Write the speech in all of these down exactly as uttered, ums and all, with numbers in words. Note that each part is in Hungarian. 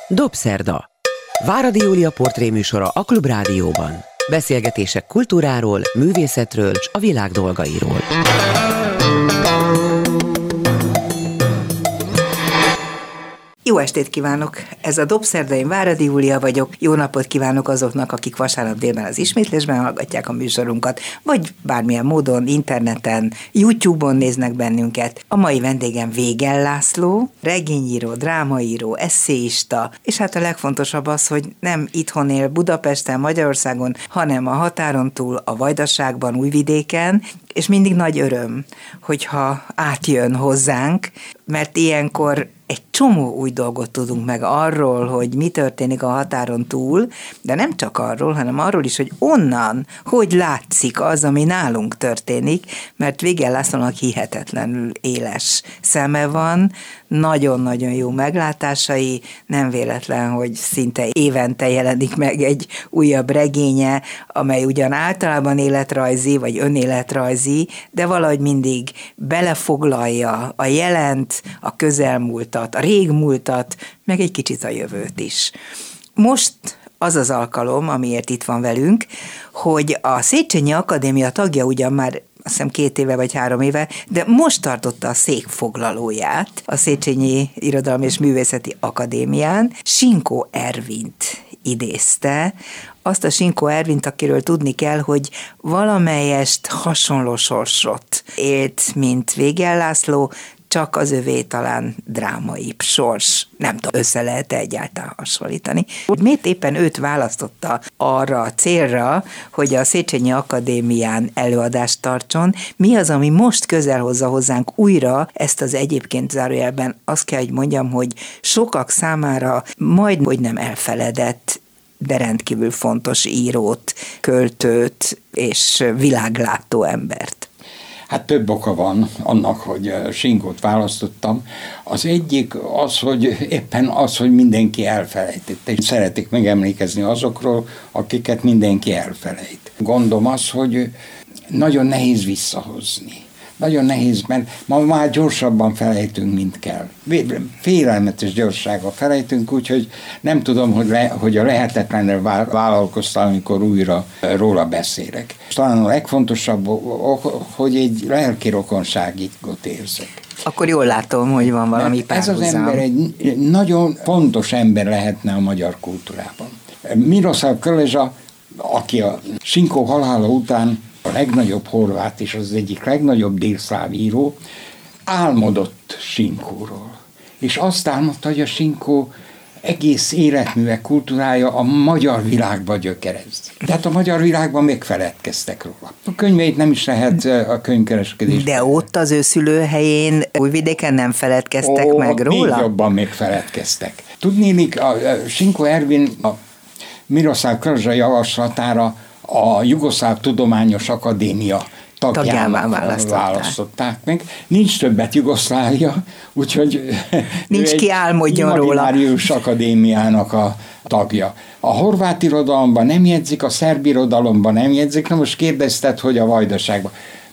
Dobszerda. Váradi Júlia portréműsora a Klubrádióban. Beszélgetések kultúráról, művészetről és a világ dolgairól. Jó estét kívánok! Ez a Dobszerda, én Váradi Júlia vagyok. Jó napot kívánok azoknak, akik vasárnap délben az ismétlésben hallgatják a műsorunkat, vagy bármilyen módon, interneten, YouTube-on néznek bennünket. A mai vendégem Végell László, regényíró, drámaíró, esszéista, és hát a legfontosabb az, hogy nem itthon él Budapesten, Magyarországon, hanem a határon túl, a Vajdaságban, Újvidéken, és mindig nagy öröm, hogyha átjön hozzánk, mert ilyenkor egy csomó új dolgot tudunk meg arról, hogy mi történik a határon túl, de nem csak arról, hanem arról is, hogy onnan, hogy látszik az, ami nálunk történik, mert Végell Lászlónak hihetetlenül éles szeme van, nagyon-nagyon jó meglátásai, nem véletlen, hogy szinte évente jelenik meg egy újabb regénye, amely ugyan általában életrajzi, vagy önéletrajzi, de valahogy mindig belefoglalja a jelent, a közelmúltat, a régmúltat, meg egy kicsit a jövőt is. Most az az alkalom, amiért itt van velünk, hogy a Széchenyi Akadémia tagja ugyan már azt hiszem két éve vagy három éve, de most tartotta a székfoglalóját a Széchenyi Irodalmi és Művészeti Akadémián. Sinkó Ervint idézte, azt a Sinkó Ervint, akiről tudni kell, hogy valamelyest hasonló sorsot élt, mint Végell László, csak az övé talán drámaibb sors. Nem tudom, össze lehet-e egyáltalán hasonlítani. Miért éppen őt választotta arra a célra, hogy a Széchenyi Akadémián előadást tartson? Mi az, ami most közel hozza hozzánk újra ezt az egyébként zárójelben? Azt kell, hogy mondjam, hogy sokak számára majd, hogy nem elfeledett, de rendkívül fontos írót, költőt és világlátó embert. Hát több oka van annak, hogy Sinkót választottam. Az egyik az, hogy éppen az, hogy mindenki elfelejtett, és szeretik megemlékezni azokról, akiket mindenki elfelejt. Gondom az, hogy nagyon nehéz visszahozni. Nagyon nehéz, mert ma már gyorsabban felejtünk, mint kell. Félelmetes gyorsággal felejtünk, úgyhogy nem tudom, hogy, le, hogy a lehetetlenre vállalkoztam, amikor újra róla beszélek. Talán a legfontosabb, hogy egy lelki rokonságot érzek. Akkor jól látom, hogy van valami párhuzam. Ez az ember egy nagyon fontos ember lehetne a magyar kultúrában. Miroslav Krleža, aki a Sinkó halála után a legnagyobb horvát és az egyik legnagyobb délszláv író, álmodott Sinkóról. És azt álmodta, hogy a Sinkó egész életműve, kultúrája a magyar világba gyökerez. Tehát a magyar világban megfeledkeztek róla. A könyveit nem is lehet a könyvkereskedés. De ott az ő szülőhelyén, Újvidéken nem feledkeztek Ó, meg róla? Még jobban megfeledkeztek. Tudnélik, a Sinkó Ervin a Miroslav Krleža javaslatára a Jugoszláv Tudományos Akadémia tagjának választották. választották meg. Nincs többet Jugoszlávia, úgyhogy nincs ki álmodjon róla. Imaginárius Akadémiának a tagja. A horvát irodalomban nem jegyzik, a szerb irodalomban nem jegyzik, na most kérdezted, hogy a Vajdaságban.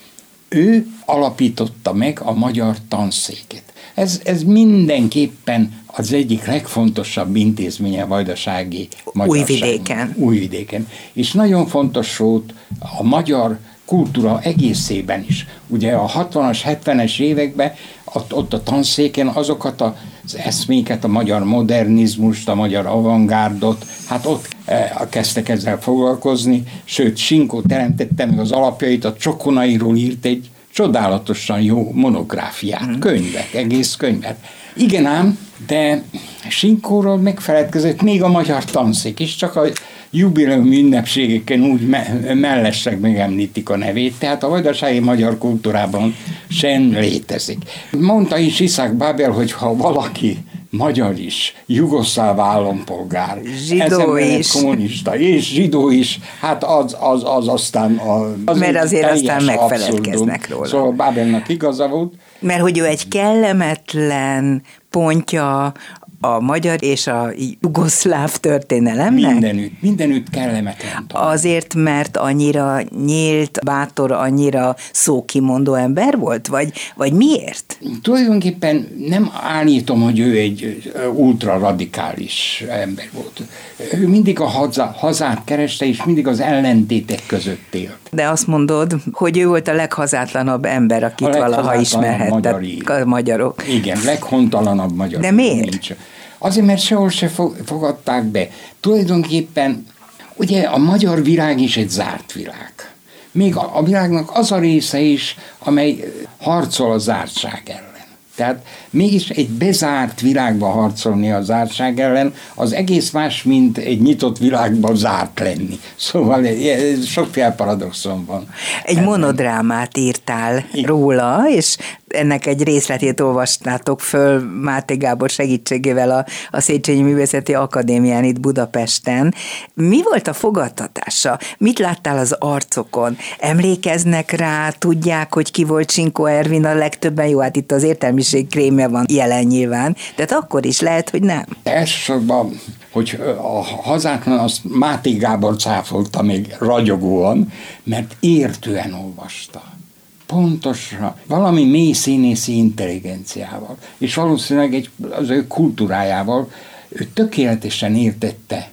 Ő alapította meg a magyar tanszéket. Ez, ez mindenképpen az egyik legfontosabb intézménye a vajdasági magyarságban. Újvidéken. Újvidéken. És nagyon fontos volt a magyar kultúra egészében is. Ugye a hatvanas, hetvenes években ott, ott a tanszéken azokat az eszméket, a magyar modernizmust, a magyar avantgárdot, hát ott e, kezdtek ezzel foglalkozni, sőt, Sinkó teremtette meg az alapjait, a Csokonairól írt egy csodálatosan jó monográfiát, hmm. könyvet, egész könyvet. Igen ám, de Sinkóról megfeledkezett még a magyar tanszék is, csak a jubileum ünnepségeken úgy me- mellesleg megemlítik a nevét, tehát a vajdasági magyar kultúrában sem létezik. Mondta is Isaac Babel, hogy ha valaki magyar is, jugoszláv állampolgár, zsidó is, kommunista és zsidó is, hát az, az, az aztán a, az mert azért aztán megfeledkeznek abszurdum. róla. Szóval Babelnak igaza volt. Mert hogy ő egy kellemetlen pontja a magyar és a jugoszláv történelemnek? Mindenütt, mindenütt kellemetlen. Azért, mert annyira nyílt, bátor, annyira szókimondó ember volt? Vagy, vagy miért? Tulajdonképpen nem állítom, hogy ő egy ultraradikális ember volt. Ő mindig a haza, hazát kereste, és mindig az ellentétek között élt. De azt mondod, hogy ő volt a leghazátlanabb ember, akit valaha ismerhettek a magyarok. Igen, leghontalanabb magyar. De miért? Nincs. Azért, mert sehol se fogadták be. Tulajdonképpen ugye a magyar világ is egy zárt világ. Még a, a világnak az a része is, amely harcol a zártság ellen. Tehát mégis egy bezárt világban harcolni a zártság ellen, az egész más, mint egy nyitott világban zárt lenni. Szóval sokféle paradoxon van. Egy monodrámát írtál Igen. róla, és ennek egy részletét olvastátok föl Máté Gábor segítségével a, a Széchenyi Művészeti Akadémián itt Budapesten. Mi volt a fogadtatása? Mit láttál az arcokon? Emlékeznek rá? Tudják, hogy ki volt Csinkó Ervin a legtöbben? Jó, hát itt az értelmiség krémje van jelen nyilván, de akkor is lehet, hogy nem. Elsősorban, hogy a hazátlan, azt Máté Gábor cáfolta még ragyogóan, mert értően olvasta. Pontosan, valami mély színészi intelligenciával, és valószínűleg egy, az ő kultúrájával ő tökéletesen értette,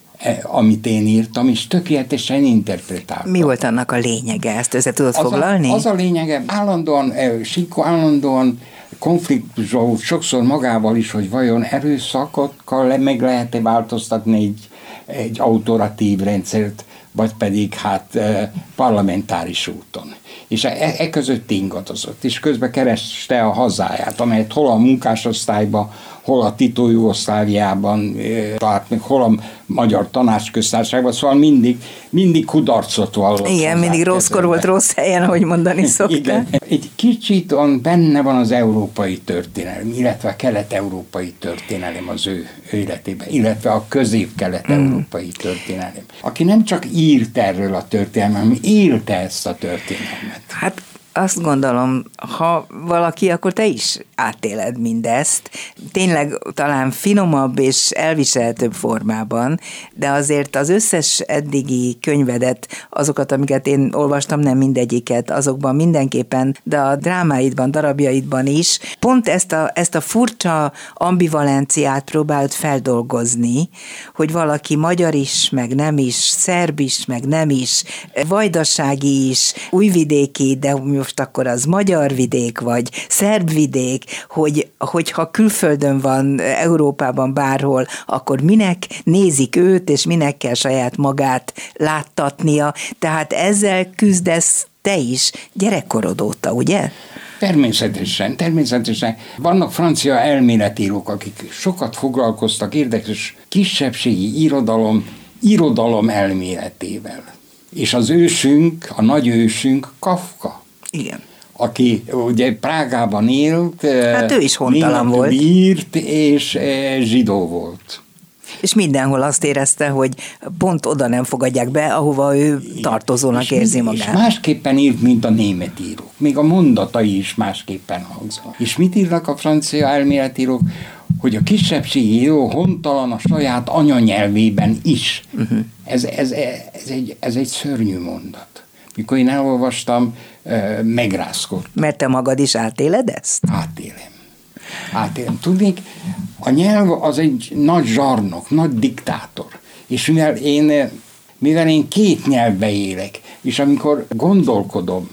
amit én írtam, és tökéletesen interpretálta. Mi volt annak a lényege? Ezt össze tudod az foglalni? A, az a lényege, állandóan, Csinkó állandóan konfliktusol sokszor magával is, hogy vajon erőszakokkal meg lehet-e változtatni egy, egy autoratív rendszert, vagy pedig hát parlamentáris úton. És e, e között ingadozott, és közben kereste a hazáját, amelyet hol a munkásosztályban, hol a Tito Jugoszláviában, tehát hol a Magyar Tanácsköztársaságban, szóval mindig, mindig kudarcot vallott. Igen, mindig rosszkor volt, rossz helyen, ahogy mondani szokták. Igen. Egy kicsit on, benne van az európai történelem, illetve a kelet-európai történelem az ő életében, illetve a közép-kelet-európai mm. történelem. Aki nem csak írt erről a történelmet, hanem élte ezt a történelmet. Hát azt gondolom, ha valaki, akkor te is átéled mindezt. Tényleg talán finomabb és elviselhetőbb formában, de azért az összes eddigi könyvedet, azokat, amiket én olvastam, nem mindegyiket, azokban mindenképpen, de a drámáidban, darabjaidban is, pont ezt a, ezt a furcsa ambivalenciát próbált feldolgozni, hogy valaki magyar is, meg nem is, szerb is, meg nem is, vajdasági is, újvidéki, de most akkor az magyar vidék, vagy szerb vidék, hogy, hogyha külföldön van, Európában bárhol, akkor minek nézik őt, és minek kell saját magát láttatnia. Tehát ezzel küzdesz te is gyerekkorod óta, ugye? Természetesen, természetesen. Vannak francia elméletírók, akik sokat foglalkoztak érdekes kisebbségi irodalom, irodalom elméletével. És az ősünk, a nagy ősünk Kafka. Igen. Aki ugye Prágában élt, hát ő is hontalan volt. Írt, és zsidó volt. És mindenhol azt érezte, hogy pont oda nem fogadják be, ahova ő tartozónak és érzi magát. És másképpen írt, mint a német írók. Még a mondatai is másképpen hangzanak. És mit írnak a francia elméletírók? Hogy a kisebbségi író hontalan a saját anyanyelvében is. Uh-huh. Ez, ez, ez, egy, ez egy szörnyű mondat. Mikor én elolvastam, megrázkodtam. Mert te magad is átéled ezt? Átélem. Átélem. Tudnék, a nyelv az egy nagy zsarnok, nagy diktátor. És mivel én, mivel én két nyelvbe élek, és amikor gondolkodom,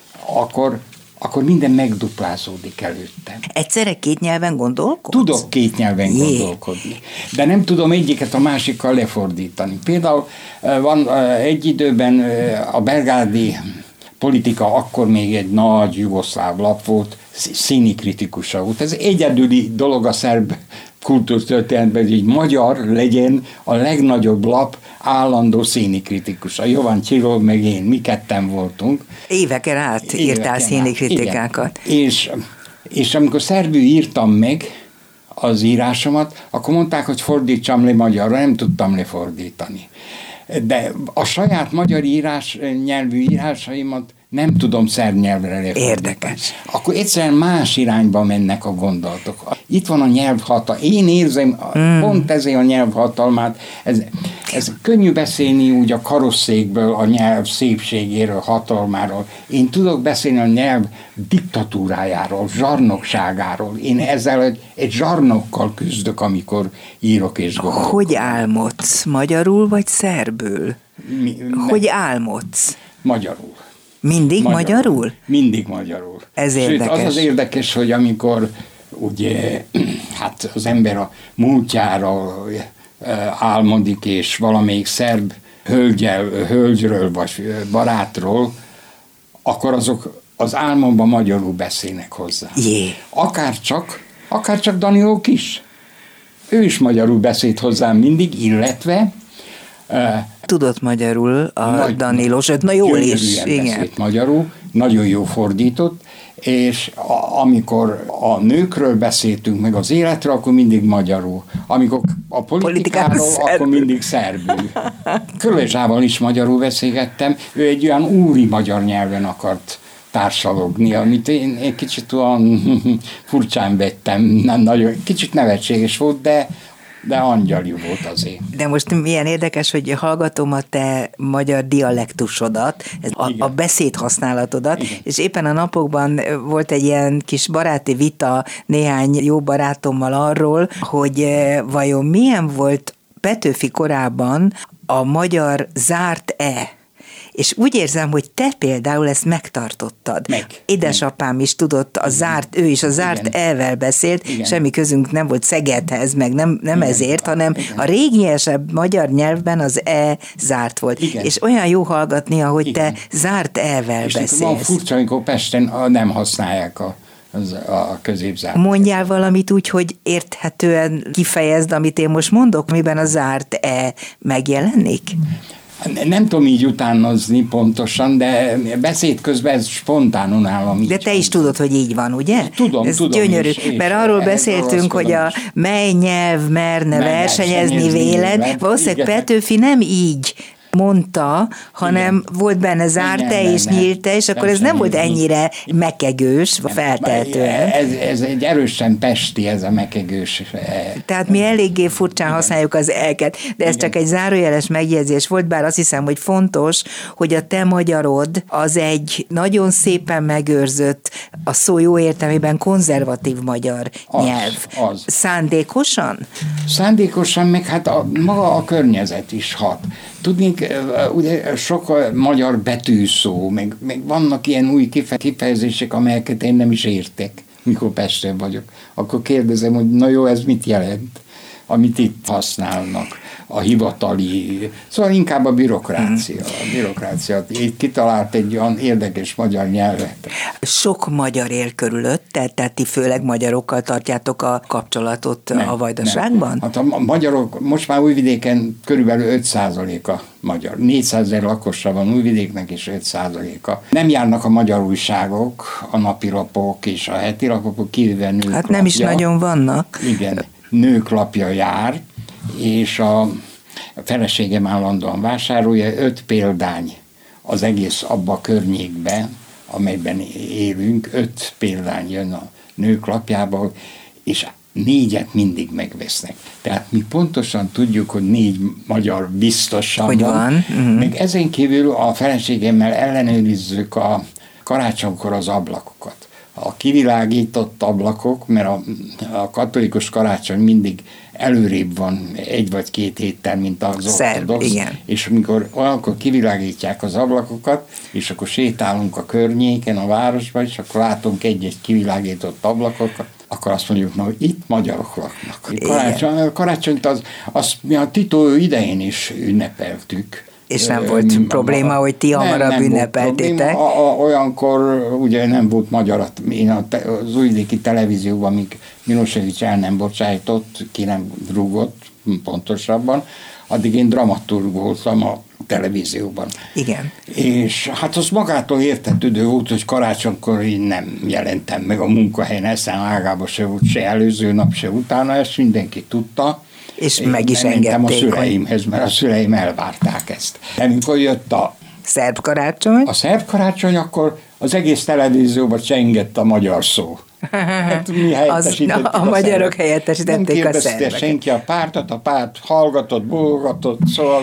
akkor, akkor minden megduplázódik előttem. Egyszerre két nyelven gondolkodsz? Tudok két nyelven Jé. gondolkodni, de nem tudom egyiket a másikkal lefordítani. Például van egy időben a belgrádi Politika akkor még egy nagy jugoszláv lap volt, színi kritikusa volt. Ez egyedüli dolog a szerb kultúrtörténetben, hogy egy magyar legyen a legnagyobb lap állandó színi kritikusa. Jovan Csirov, meg én, mi ketten voltunk. Éveken át írtál színi kritikákat. És, és amikor szerbül írtam meg az írásomat, akkor mondták, hogy fordítsam le magyarra, nem tudtam lefordítani. De a saját magyar írás, nyelvű írásaimat nem tudom szerbnyelvre lefordítani. Érdekes. Akkor egyszerűen más irányba mennek a gondolatok. Itt van a nyelvhatalma. Én érzem mm. pont ezért a nyelvhatalmát. Ez, ez könnyű beszélni úgy a karosszékből, a nyelv szépségéről, hatalmáról. Én tudok beszélni a nyelv diktatúrájáról, zsarnokságáról. Én ezzel egy, egy zsarnokkal küzdök, amikor írok és gondolok. Hogy álmodsz? Magyarul vagy szerbül? Mi, hogy álmodsz? Magyarul. Mindig magyarul? magyarul? Mindig magyarul. Ez Sőt, érdekes. az az érdekes, hogy amikor ugye, hát az ember a múltjára álmodik, és valamelyik szerb hölgyel, hölgyről vagy barátról, akkor azok az álmomban magyarul beszélnek hozzá. Jé. Akár csak, akár csak Daniók is. Ő is magyarul beszélt hozzám mindig, illetve tudott magyarul a nagy, Danilo, na jól is. Igen. Magyarul, nagyon jó fordított, és a, amikor a nőkről beszéltünk meg az életről, akkor mindig magyarul. Amikor a politikáról, akkor szerbül. mindig szerbül. Körlezsával is magyarul beszélgettem, ő egy olyan úri magyar nyelven akart társalogni, amit én egy kicsit olyan furcsán vettem, nem nagyon, kicsit nevetséges volt, de de angyali volt azért. De most milyen érdekes, hogy hallgatom a te magyar dialektusodat, a, a beszédhasználatodat, Igen. és éppen a napokban volt egy ilyen kis baráti vita néhány jó barátommal arról, hogy vajon milyen volt Petőfi korában a magyar zárt-e. És úgy érzem, hogy te például ezt megtartottad. Meg. Édesapám meg. is tudott, a zárt, ő is a zárt elvel beszélt, Igen. semmi közünk nem volt Szegedhez, meg nem, nem ezért, hanem Igen. a régiesebb magyar nyelvben az e zárt volt. Igen. És olyan jó hallgatni, ahogy Igen. te zárt elvel és beszélsz. És van furcsa, amikor Pesten nem használják a Az a középzárt. Mondjál valamit úgy, hogy érthetően kifejezd, amit én most mondok, miben a zárt e megjelenik? Nem tudom így utánozni pontosan, de beszéd közben ez spontánul állam. De te is tudod, hogy így van, ugye? Tudom, ez tudom. gyönyörű, És, mert arról beszéltünk, hogy a mely nyelv merne versenyezni véled, valószínűleg Petőfi nem így mondta, hanem Igen. volt benne zárta és nyílta, és akkor ez nem volt ennyire mekegős, feltehetően. Ez, ez egy erősen pesti, ez a mekegős. Tehát mi eléggé furcsán Igen. használjuk az elket, de ez Igen. csak egy zárójeles megjegyzés volt, bár azt hiszem, hogy fontos, hogy a te magyarod az egy nagyon szépen megőrzött, a szó jó értelmében konzervatív magyar az, nyelv. Az. Szándékosan? Szándékosan, meg hát a, maga a környezet is hat. Tudnék, ugye sok magyar betűszó, meg, meg vannak ilyen új kifejezések, amelyeket én nem is értek, mikor Pesten vagyok. Akkor kérdezem, hogy na jó, ez mit jelent, amit itt használnak, a hivatali, szóval inkább a bürokrácia. A bürokrácia. Így kitalált egy olyan érdekes magyar nyelvet. Sok magyar él körülött, tehát ti főleg magyarokkal tartjátok a kapcsolatot nem, a Vajdaságban? Nem. Hát a magyarok, most már Újvidéken körülbelül öt százaléka magyar. négyszázezer lakosa van Újvidéknek, és öt százaléka. Nem járnak a magyar újságok, a napilapok és a hetilapok, kivéve nők Hát nem lapja. Is nagyon vannak. Igen, nők lapja jár, és a feleségem állandóan vásárolja, öt példány az egész abba a környékbe, amelyben élünk, öt példány jön a nők lapjából, és négyet mindig megvesznek. Tehát mi pontosan tudjuk, hogy négy magyar biztosan hogy van. van. Uh-huh. Még ezen kívül a feleségemmel ellenőrizzük a karácsonykor az ablakokat. A kivilágított ablakok, mert a, a katolikus karácsony mindig előrébb van egy vagy két héttel, mint az ortodox, és amikor olyankor kivilágítják az ablakokat, és akkor sétálunk a környéken, a városban, és akkor látunk egy-egy kivilágított ablakokat, akkor azt mondjuk, na, hogy itt magyarok laknak. Karácsony, karácsonyt az, azt mi a Tito idején is ünnepeltük. És nem volt Ö, probléma, hogy ti hamarabb nem, nem ünnepeltétek? A, a, olyankor ugye nem volt magyar, én az újvidéki televízióban, míg Milosevic el nem bocsájtott, ki nem rúgott pontosabban, addig én dramaturg voltam a televízióban. Igen. És hát az magától értetődő volt, hogy karácsonykor én nem jelentem meg a munkahelyen, ezen ágában se volt, se előző nap, se utána, ezt mindenki tudta. És én meg is engedték. a szüleimhez, mert a szüleim elvárták ezt. Amikor jött a szerb karácsony. A szerb karácsony, akkor az egész televízióban csengett a magyar szó. Hát mi helyettesítettük a, a, a magyarok helyettesítették a szerbeket. Senki a pártot, a párt hallgatott, bólogatott, szóval...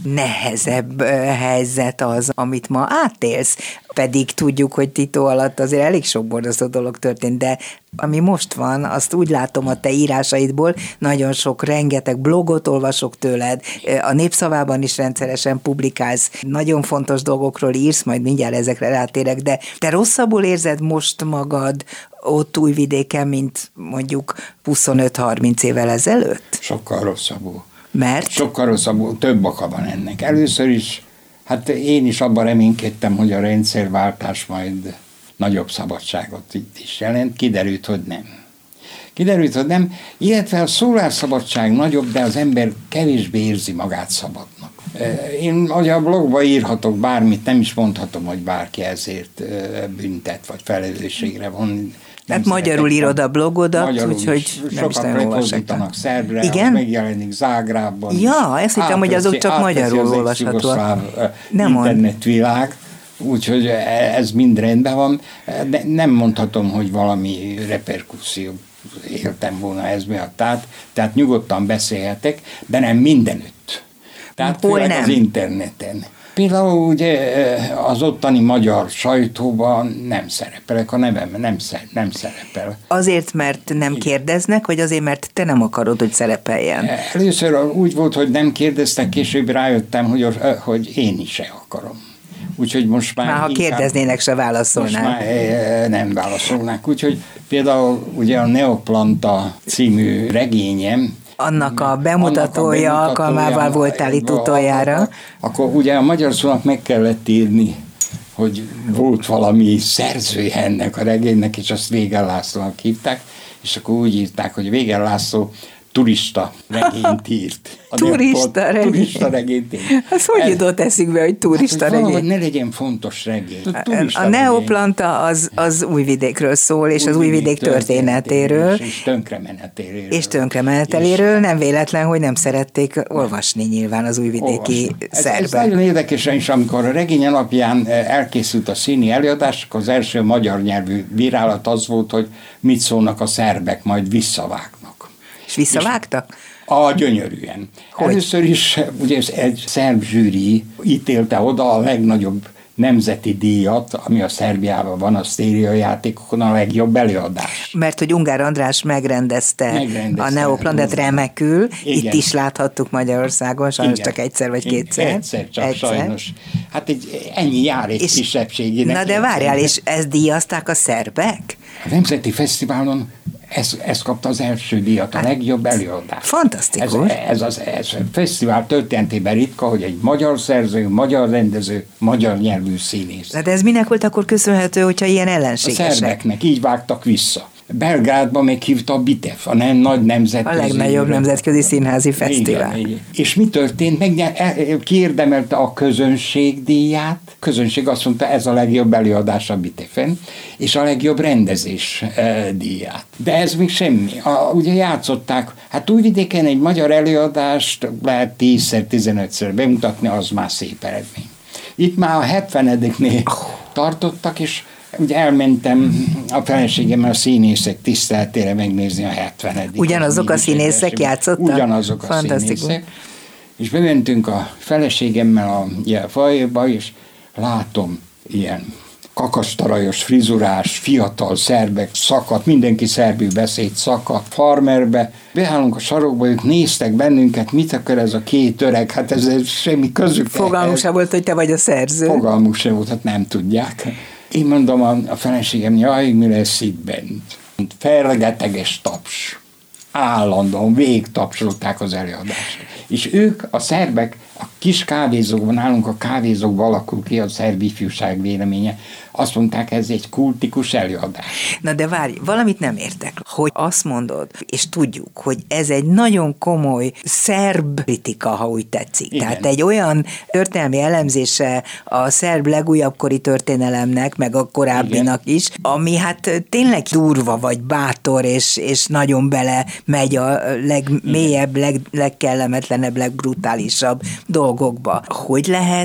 Nehezebb helyzet az, amit ma átélsz, pedig tudjuk, hogy Tito alatt azért elég sok borzasztó dolog történt, de ami most van, azt úgy látom a te írásaidból, nagyon sok, rengeteg blogot olvasok tőled, a Népszavában is rendszeresen publikálsz, nagyon fontos dolgokról írsz, majd mindjárt ezekre rátérek, de te rosszabbul érzed most magad ott Újvidéken, mint mondjuk huszonöt-harminc évvel ezelőtt? Sokkal rosszabbul. Mert? Sokkal rosszabbul, több oka van ennek. Először is, hát én is abban reménykedtem, hogy a rendszerváltás majd nagyobb szabadságot itt is jelent, kiderült, hogy nem. Kiderült, hogy nem, illetve a szólásszabadság nagyobb, de az ember kevésbé érzi magát szabadnak. Én ugye a blogba írhatok bármit, nem is mondhatom, hogy bárki ezért büntet, vagy felelősségre von. Tehát magyarul írod a blogodat, úgyhogy nem is nagyon olvassak. szerbre, igen? megjelenik Zágrában. Ja, ezt hittem, hogy azok csak magyarul olvashatóak. Nem internetvilág, úgyhogy ez mind rendben van. De nem mondhatom, hogy valami reperkusszió éltem volna ez miatt át, tehát nyugodtan beszélhetek, de nem mindenütt. Tehát hol főleg nem? Az interneten. Például ugye az ottani magyar sajtóban nem szerepelek, a nevem nem, szer- nem szerepel. Azért, mert nem kérdeznek, vagy azért, mert te nem akarod, hogy szerepeljen? Először úgy volt, hogy nem kérdeztek, később rájöttem, hogy, hogy én is se akarom. Úgyhogy most már... Már ha inkább, kérdeznének, se válaszolnák. Most már nem válaszolnák. Úgyhogy például ugye a Neoplanta című regényem, annak a bemutatója, annak a alkalmával voltál itt utoljára. Akkor ugye a magyar szónak meg kellett írni, hogy volt valami szerzője ennek a regénynek, és azt Végel Lászlónak hívták, és akkor úgy írták, hogy Végel László turista regényt írt. Turista regény. Turista regényt írt. Az hogy Ez, jutott eszükbe, hogy turista hát, regény? Hogy ne legyen fontos regény. A, a Neoplanta az, az Újvidékről szól, és Újvidék az Újvidék történetéről. És, és tönkremenetéről. És tönkremeneteléről. Nem véletlen, hogy nem szerették olvasni nyilván az újvidéki szerbek. Ez, ez nagyon érdekesen is, amikor a regény alapján elkészült a színi előadás, akkor az első magyar nyelvű bírálat az volt, hogy mit szólnak a szerbek, majd visszavágnak. És visszavágtak? A gyönyörűen. Hogy? Először is ugye ez egy szerb zsűri ítélte oda a legnagyobb nemzeti díjat, ami a Szerbiában van, a sztéreojátékokon a legjobb előadás. Mert hogy Ungár András megrendezte, megrendezte a Neoplantát remekül, igen. Itt is láthattuk Magyarországon, sajnos igen. Csak egyszer vagy kétszer. Egyszer csak, egyszer. Sajnos. Hát egy, ennyi jár egy és, kisebbségének. Na de várjál, és ezt díjazták a szerbek? A Nemzeti Fesztiválon Ez, ez kapta az első díjat, a legjobb előadás. Fantasztikus. Ez, ez, az, ez a fesztivál történetében ritka, hogy egy magyar szerző, magyar rendező, magyar nyelvű színész. De ez minek volt akkor köszönhető, hogyha ilyen ellenségesek? A szerbeknek, így vágtak vissza. Belgrádban meghívta a BITEF, a nem, nagy nemzetközi... A legnagyobb nemzetközi színházi fesztivál. Igen, igen. És mi történt? Meg kiérdemelte a közönség díját. A közönség azt mondta, ez a legjobb előadás a BITEF-en, és a legjobb rendezés e, díját. De ez még semmi. A, ugye játszották, hát Újvidéken egy magyar előadást lehet tízszer, tizenötször bemutatni, az már szép eredmény. Itt már a hetvenediknél tartottak, és ugye elmentem a feleségemmel a színészek tiszteletére megnézni a hetvenedik Ugyanazok a színészek játszottak? Ugyanazok a színészek. És bementünk a feleségemmel a foajéba, és látom ilyen kakasztarajos, frizurás, fiatal szerbek, szakadt, mindenki szerbül beszélt, szakadt, farmerbe. Beállunk a sarokba, ők néztek bennünket, mit akar ez a két öreg, hát ez, ez semmi közük. Fogalmuk sem volt, hogy te vagy a szerző. Fogalmuk sem volt, hát nem tudják. Én mondom a, a feleségem, jaj, mi lesz itt bent? Fergeteges taps. Állandóan végtapsolták az előadást. És ők, a szerbek, a kis kávézókban, nálunk a kávézókban alakul ki a szerb ifjúság véleménye, azt mondták, ez egy kultikus előadás. Na de várj, valamit nem értek, hogy azt mondod, és tudjuk, hogy ez egy nagyon komoly szerb kritika, ha úgy tetszik. Igen. Tehát egy olyan történelmi elemzése a szerb legújabbkori történelemnek, meg a korábbinak igen. is, ami hát tényleg durva, vagy bátor, és, és nagyon bele megy a legmélyebb, leg, legkellemetlenebb, legbrutálisabb dolgokba. Hogy lehet,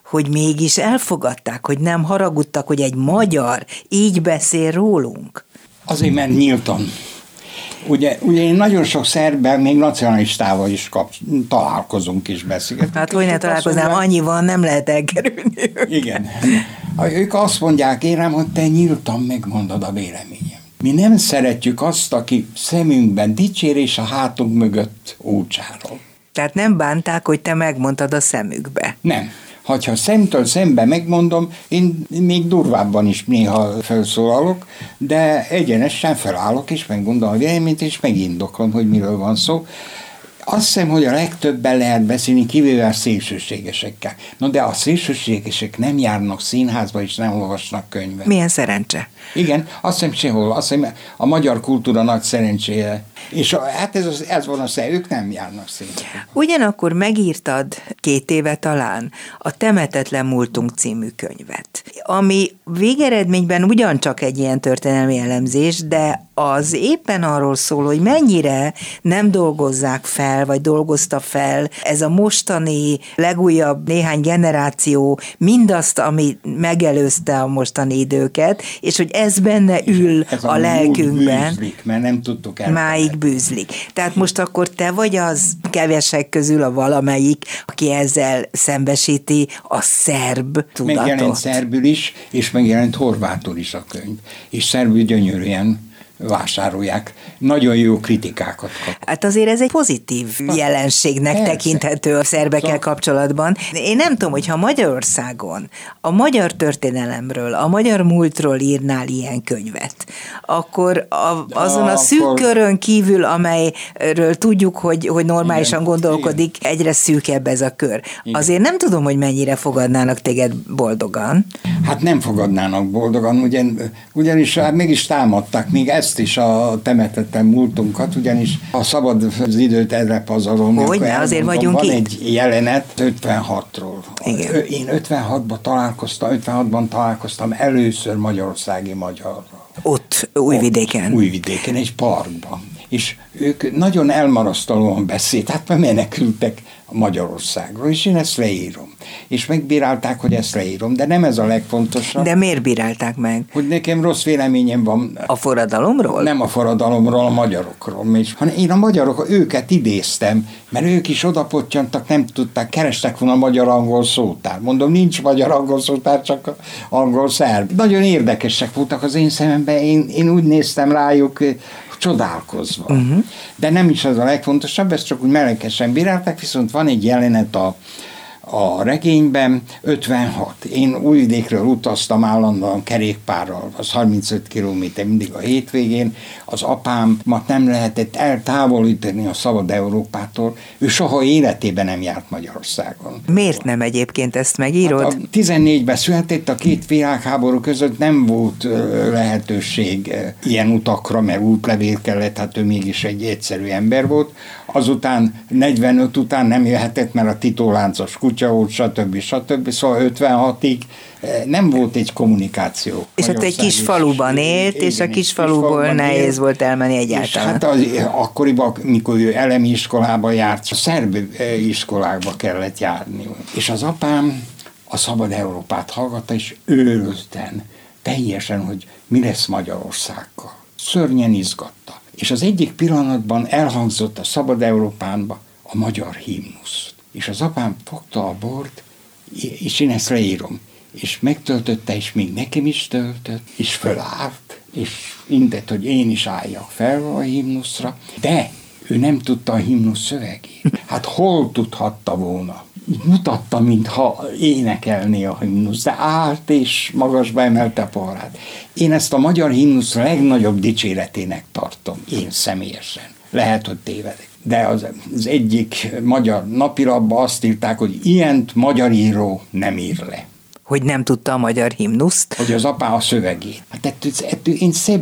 hogy mégis elfogadták, hogy nem haragudtak, hogy egy magyar így beszél rólunk? Azért, mert nyíltan. Ugye, ugye én nagyon sok szerben, még nacionalistával is kap, találkozunk és beszélgetünk. Hát hogy ne találkoznám, annyi van, nem lehet elkerülni. Igen. Ők azt mondják, érem, hogy te nyíltan megmondod a véleményem. Mi nem szeretjük azt, aki szemünkben dicsér és a hátunk mögött ócsárol. Tehát nem bánták, hogy te megmondtad a szemükbe? Nem. Ha szemtől szembe megmondom, én még durvábban is néha felszólalok, de egyenesen felállok, és megmondom a véleményt, és megindoklom, hogy miről van szó. Azt hiszem, hogy a legtöbben lehet beszélni, kivéve a szélsőségesekkel. No, de a szélsőségesek nem járnak színházba, és nem olvasnak könyvet. Milyen szerencse. Igen, azt hiszem sehol. Azt hiszem, a magyar kultúra nagy szerencséje. És a, hát ez, ez van a szem, ők nem járnak színházba. Ugyanakkor megírtad két éve talán a Temetetlen múltunk című könyvet, ami végeredményben ugyancsak egy ilyen történelmi elemzés, de az éppen arról szól, hogy mennyire nem dolgozzák fel, vagy dolgozta fel ez a mostani, legújabb néhány generáció mindazt, ami megelőzte a mostani időket, és hogy ez benne ül ez a, a lelkünkben. Bűzlik, mert nem tudtuk el. Máig bűzlik. Tehát most akkor te vagy az kevesek közül a valamelyik, aki ezzel szembesíti a szerb tudatot. Megjelent szerbül is, és megjelent horvátul is a könyv. És szerbül gyönyörűen vásárolják. Nagyon jó kritikákat kap. Hát azért ez egy pozitív jelenségnek Persze. tekinthető a szerbekkel Szóval... kapcsolatban. Én nem tudom, hogyha Magyarországon a magyar történelemről, a magyar múltról írnál ilyen könyvet, akkor a, azon a szűk akkor... körön kívül, amelyről tudjuk, hogy, hogy normálisan igen, gondolkodik, igen. egyre szűkebb ez a kör. Igen. Azért nem tudom, hogy mennyire fogadnának téged boldogan. Hát nem fogadnának boldogan, ugyan, ugyanis hát mégis támadták még ezt is a temetetlen múltunkat, ugyanis a szabad az időt erre pazarolni. Hogyne, azért vagyunk van itt. Van egy jelenet ötvenhatról. Igen. Én ötvenhatban találkoztam, ötvenhatban találkoztam először magyarországi magyarral. Ott, Újvidéken. Ott, Újvidéken, egy parkban. És ők nagyon elmarasztalóan beszélt, hát menekültek Magyarországról, és én ezt leírom. És megbírálták, hogy ezt leírom, de nem ez a legfontosabb. De miért bírálták meg? Hogy nekem rossz véleményem van. A forradalomról? Nem a forradalomról, a magyarokról. Hanem én a magyarok, őket idéztem, mert ők is odapottyantak, nem tudták, kerestek volna magyar-angol szótár. Mondom, nincs magyar-angol szótár, csak angol-szerb. Nagyon érdekesek voltak az én szememben, én, én úgy néztem rájuk, csodálkozva. Uh-huh. De nem is az a legfontosabb, ezt csak úgy mellékesen bírálták, viszont van egy jelenet a, a regényben, ötvenhat. Én Újvidékről utaztam állandóan kerékpárral, az harmincöt kilométer mindig a hétvégén, az apámat nem lehetett eltávolítani a szabad Európától, ő soha életében nem járt Magyarországon. Miért nem egyébként ezt megírod? Hát a tizennégyben született, a két világháború között nem volt lehetőség ilyen utakra, mert útlevél kellett, hát ő mégis egy egyszerű ember volt. Azután negyvenöt után nem jöhetett, mert a titóláncos kutya volt, stb. stb. Szóval ötvenhatig nem volt egy kommunikáció. És hát egy kis faluban élt, igen, és a kis faluból nehéz élt, volt elmenni egyáltalán. És hát az, akkoriban, mikor ő elemi iskolába járt, a szerb iskolába kellett járni. És az apám a Szabad Európát hallgatta, és őrülten, teljesen, hogy mi lesz Magyarországgal. Szörnyen izgatta. És az egyik pillanatban elhangzott a Szabad Európánba a magyar himnusz. És az apám fogta a bort, és én ezt leírom. És megtöltötte, és még nekem is töltött, és fölállt, és intett, hogy én is álljak fel a himnuszra, de ő nem tudta a himnusz szövegét. Hát hol tudhatta volna? Mutatta, mintha énekelné a himnusz, de állt és magasba emelte a poharát. Én ezt a magyar himnusz legnagyobb dicséretének tartom, én személyesen. Lehet, hogy tévedek. De az, az egyik magyar napilapban azt írták, hogy ilyent magyar író nem ír le. Hogy nem tudta a magyar himnuszt? Hogy az apá a szövegét. Hát ettől, ettől én szebb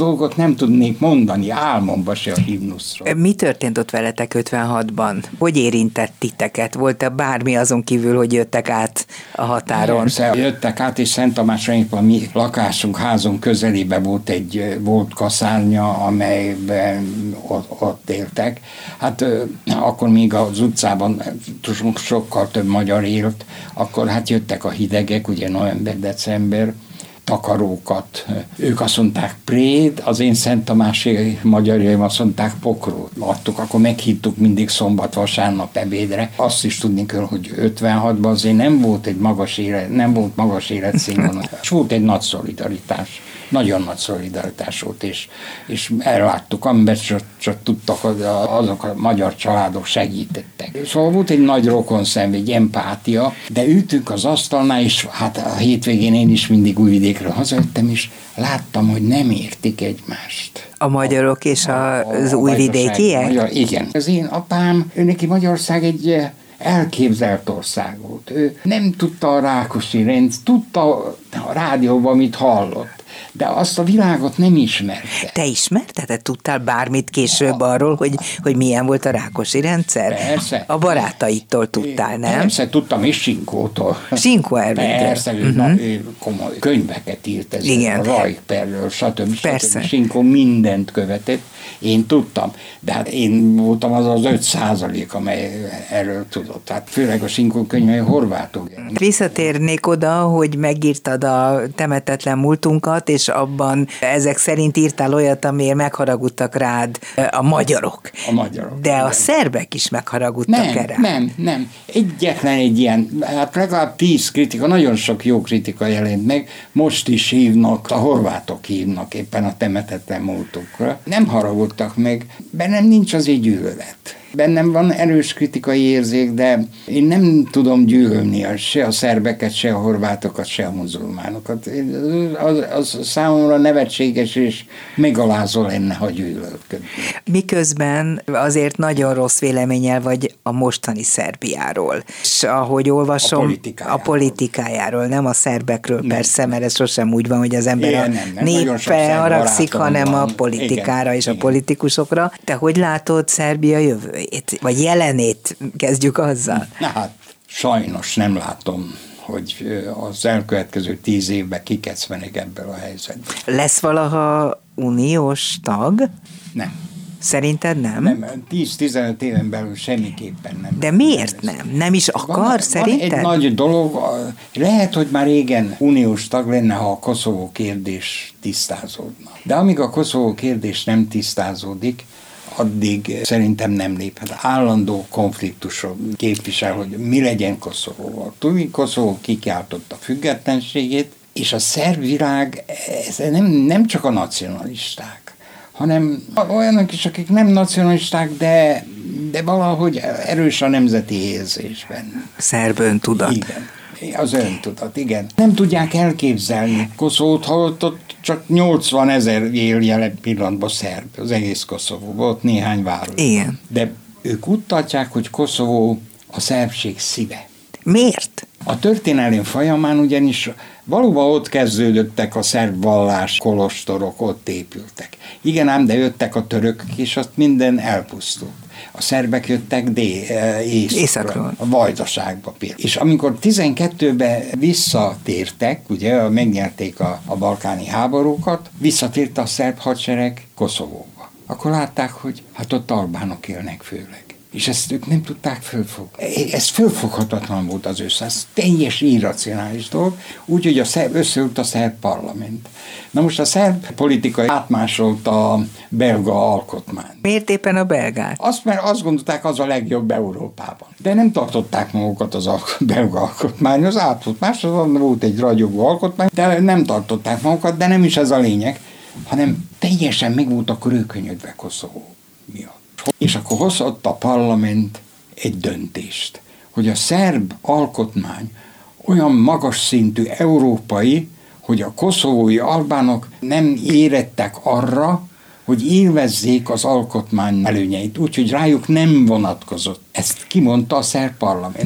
dolgot nem tudnék mondani, álmomba se a himnuszról. Mi történt ott veletek ötvenhatban? Hogy érintett titeket? Volt-e bármi azon kívül, hogy jöttek át a határon? Persze, jöttek át, és Szent Tamásra, a mi lakásunk, házunk közelében volt egy volt kaszárnya, amelyben ott, ott éltek. Hát akkor még az utcában sokkal több magyar élt, akkor hát jöttek a hidegek, ugye november-december, takarókat. Ők azt mondták préd, az én Szent Tamási magyarjaim azt mondták pokrót. Adtuk, akkor meghívtuk mindig szombat, vasárnap ebédre. Azt is tudni kell, hogy ötvenhatban azért nem volt egy magas élet, nem volt magas életszínvonal. És volt egy nagy szolidaritás. Nagyon nagy szolidaritás volt, és, és elláttuk, amiben csak, csak tudtak, azok a magyar családok segítettek. Szóval volt egy nagy rokonszenv, egy empátia, de ültünk az asztalnál, és hát a hétvégén én is mindig Újvidékről hazajöttem, és láttam, hogy nem értik egymást. A magyarok és a, az újvidékiek? Magyar, igen. Az én apám, ő neki Magyarország egy elképzelt ország volt. Ő nem tudta a Rákosi rendszer, tudta a rádióban, amit hallott, de azt a világot nem ismerte. Te ismerted? Te tudtál bármit később arról, hogy, hogy milyen volt a Rákosi rendszer? Persze. A barátaitól tudtál, nem? Persze, tudtam, és Sinkótól. Sinkó Ervintől. Persze, ő, uh-huh. ő komoly könyveket írt ez a Rajperről, stb. stb. Sinkó mindent követett, én tudtam, de hát én voltam az az öt százalék, amely erről tudott. Tehát főleg a Sinkó könyvei horvátok. Visszatérnék oda, hogy megírtad a temetetlen múltunkat, és abban ezek szerint írtál olyat, amiért megharagudtak rád a magyarok. A magyarok. De igen. A szerbek is megharagudtak nem, erre. Nem, nem. Egyetlen egy ilyen, hát legalább tíz kritika, nagyon sok jó kritika jelent meg, most is hívnak, a horvátok hívnak éppen a temetetlen múltukra. Nem haragudtak meg, bennem nincs az így gyűlölet. Bennem van erős kritikai érzék, de én nem tudom gyűlölni se a szerbeket, se a horvátokat, se a muzulmánokat. Az, az számomra nevetséges és megalázó lenne, ha gyűlölködni. Miközben azért nagyon rossz véleménnyel vagy a mostani Szerbiáról. És ahogy olvasom, a politikájáról, a politikájáról nem a szerbekről nem. Persze, mert ez sosem úgy van, hogy az ember Igen, a nem, nem. népre haragszik, hanem van. a politikára igen, és igen. a politikusokra. Te hogy látod Szerbia jövőjét? Vagy jelenét? Kezdjük azzal. Na hát, sajnos nem látom, hogy az elkövetkező tíz évben kikecmenek ebből a helyzetből. Lesz valaha uniós tag? Nem. Szerinted nem? Nem, tíz-tizenöt éven belül semmiképpen nem. De miért nem? Nem is akar, van, szerinted? Van egy nagy dolog, lehet, hogy már régen uniós tag lenne, ha a Koszovó kérdés tisztázódna. De amíg a Koszovó kérdés nem tisztázódik, addig szerintem nem léphet. Állandó konfliktusról képvisel, hogy mi legyen Koszovóval. Tudni, Koszovó kikiáltotta függetlenségét, és a szerb világ, ez nem, nem csak a nacionalisták, hanem olyanok is, akik nem nacionalisták, de, de valahogy erős a nemzeti érzésben. Szerb öntudat. Igen. Az öntudat, igen. Nem tudják elképzelni Koszovót, holott ott csak nyolcvanezer él jelen pillanatban szerb, az egész Koszovó, volt néhány város. Igen. De ők úgy tartják, hogy Koszovó a szerbség szíve. Miért? A történelem folyamán ugyanis valóban ott kezdődöttek a szerb vallás, kolostorok, ott épültek. Igen ám, de jöttek a törökök, és azt minden elpusztult. A szerbek jöttek dél, északról, a Vajdaságba például. És amikor tizenkettőben visszatértek, ugye megnyerték a, a balkáni háborúkat, visszatért a szerb hadsereg Koszovóba. Akkor látták, hogy hát ott albánok élnek főleg. És ezt ők nem tudták fölfogni. Ez fölfoghatatlan volt az össze, ez teljes irracionális dolog, úgyhogy a szerb, összeült a szerb parlament. Na most a szerb politika átmásolt a belga alkotmány. Miért éppen a belgák? Azt, mert azt gondolták, az a legjobb Európában. De nem tartották magukat az alk- belga alkotmányhoz, át volt máshol, volt egy ragyogó alkotmány, de nem tartották magukat, de nem is ez a lényeg, hanem teljesen meg voltak rőkönyödve Koszovó miatt. És akkor hozott a parlament egy döntést, hogy a szerb alkotmány olyan magas szintű európai, hogy a koszovói albánok nem érettek arra, hogy élvezzék az alkotmány előnyeit, úgyhogy rájuk nem vonatkozott. Ezt kimondta a szerb parlament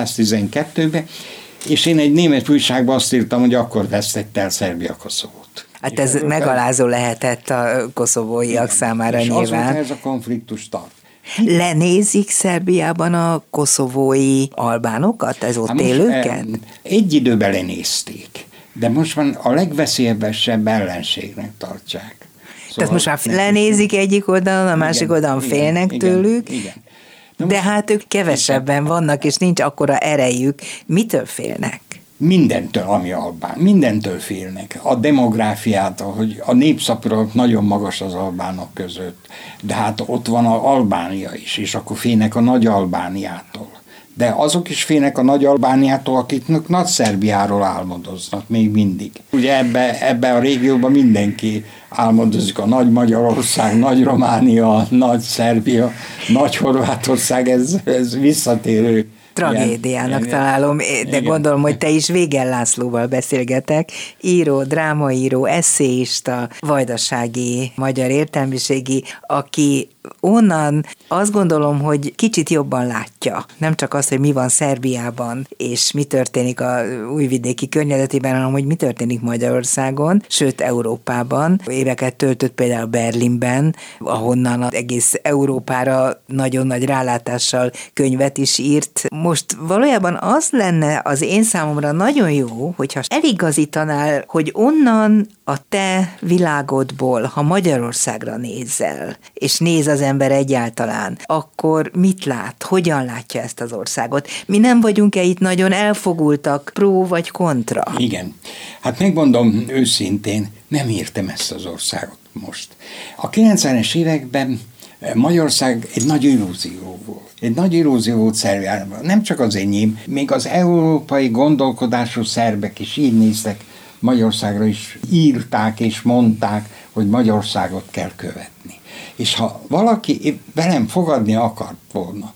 ezerkilencszáztizenkettőben, és én egy német újságban azt írtam, hogy akkor vesztette el Szerbia Koszovót. Hát ez megalázó lehetett a koszovóiak számára és nyilván. Azóta ez a konfliktus tart. Lenézik Szerbiában a koszovói albánokat, ez ott hát élőket? Egy időben lenézték, de most van a legveszélyesebb ellenségnek tartják. Szóval tehát most már lenézik egyik oldalon, a másik igen, oldalon igen, félnek igen, tőlük, igen. De, de hát ők kevesebben vannak, és nincs akkora erejük. Mitől félnek? Mindentől, ami albán, mindentől félnek. A demográfiától, hogy a népszapra nagyon magas az albánok között, de hát ott van az Albánia is, és akkor félnek a Nagy Albániától. De azok is félnek a Nagy Albániától, akiknek Nagy Szerbiáról álmodoznak még mindig. Ugye ebbe, ebbe a régióban mindenki álmodozik, a Nagy Magyarország, Nagy Románia, Nagy Szerbia, Nagy Horvátország, ez, ez visszatérő. Tragédiának igen, találom, de igen. Gondolom, hogy te is Végel Lászlóval beszélgetek, író, drámaíró, esszéista, vajdasági magyar értelmiségi, aki onnan azt gondolom, hogy kicsit jobban látja. Nem csak az, hogy mi van Szerbiában, és mi történik a újvidéki környezetében, hanem hogy mi történik Magyarországon, sőt Európában. Éveket töltött például Berlinben, ahonnan az egész Európára nagyon nagy rálátással könyvet is írt. Most valójában az lenne az én számomra nagyon jó, hogyha eligazítanál, hogy onnan a te világodból, ha Magyarországra nézzel, és néz az ember egyáltalán, akkor mit lát? Hogyan látja ezt az országot? Mi nem vagyunk-e itt nagyon elfogultak, pró vagy kontra? Igen. Hát megmondom őszintén, nem értem ezt az országot most. A kilencvenes években Magyarország egy nagy illúzió volt. Egy nagy illúzió volt Szerbiában. Nem csak az enyém, még az európai gondolkodású szerbek is így néztek Magyarországra, is írták és mondták, hogy Magyarországot kell követni. És ha valaki velem fogadni akart volna,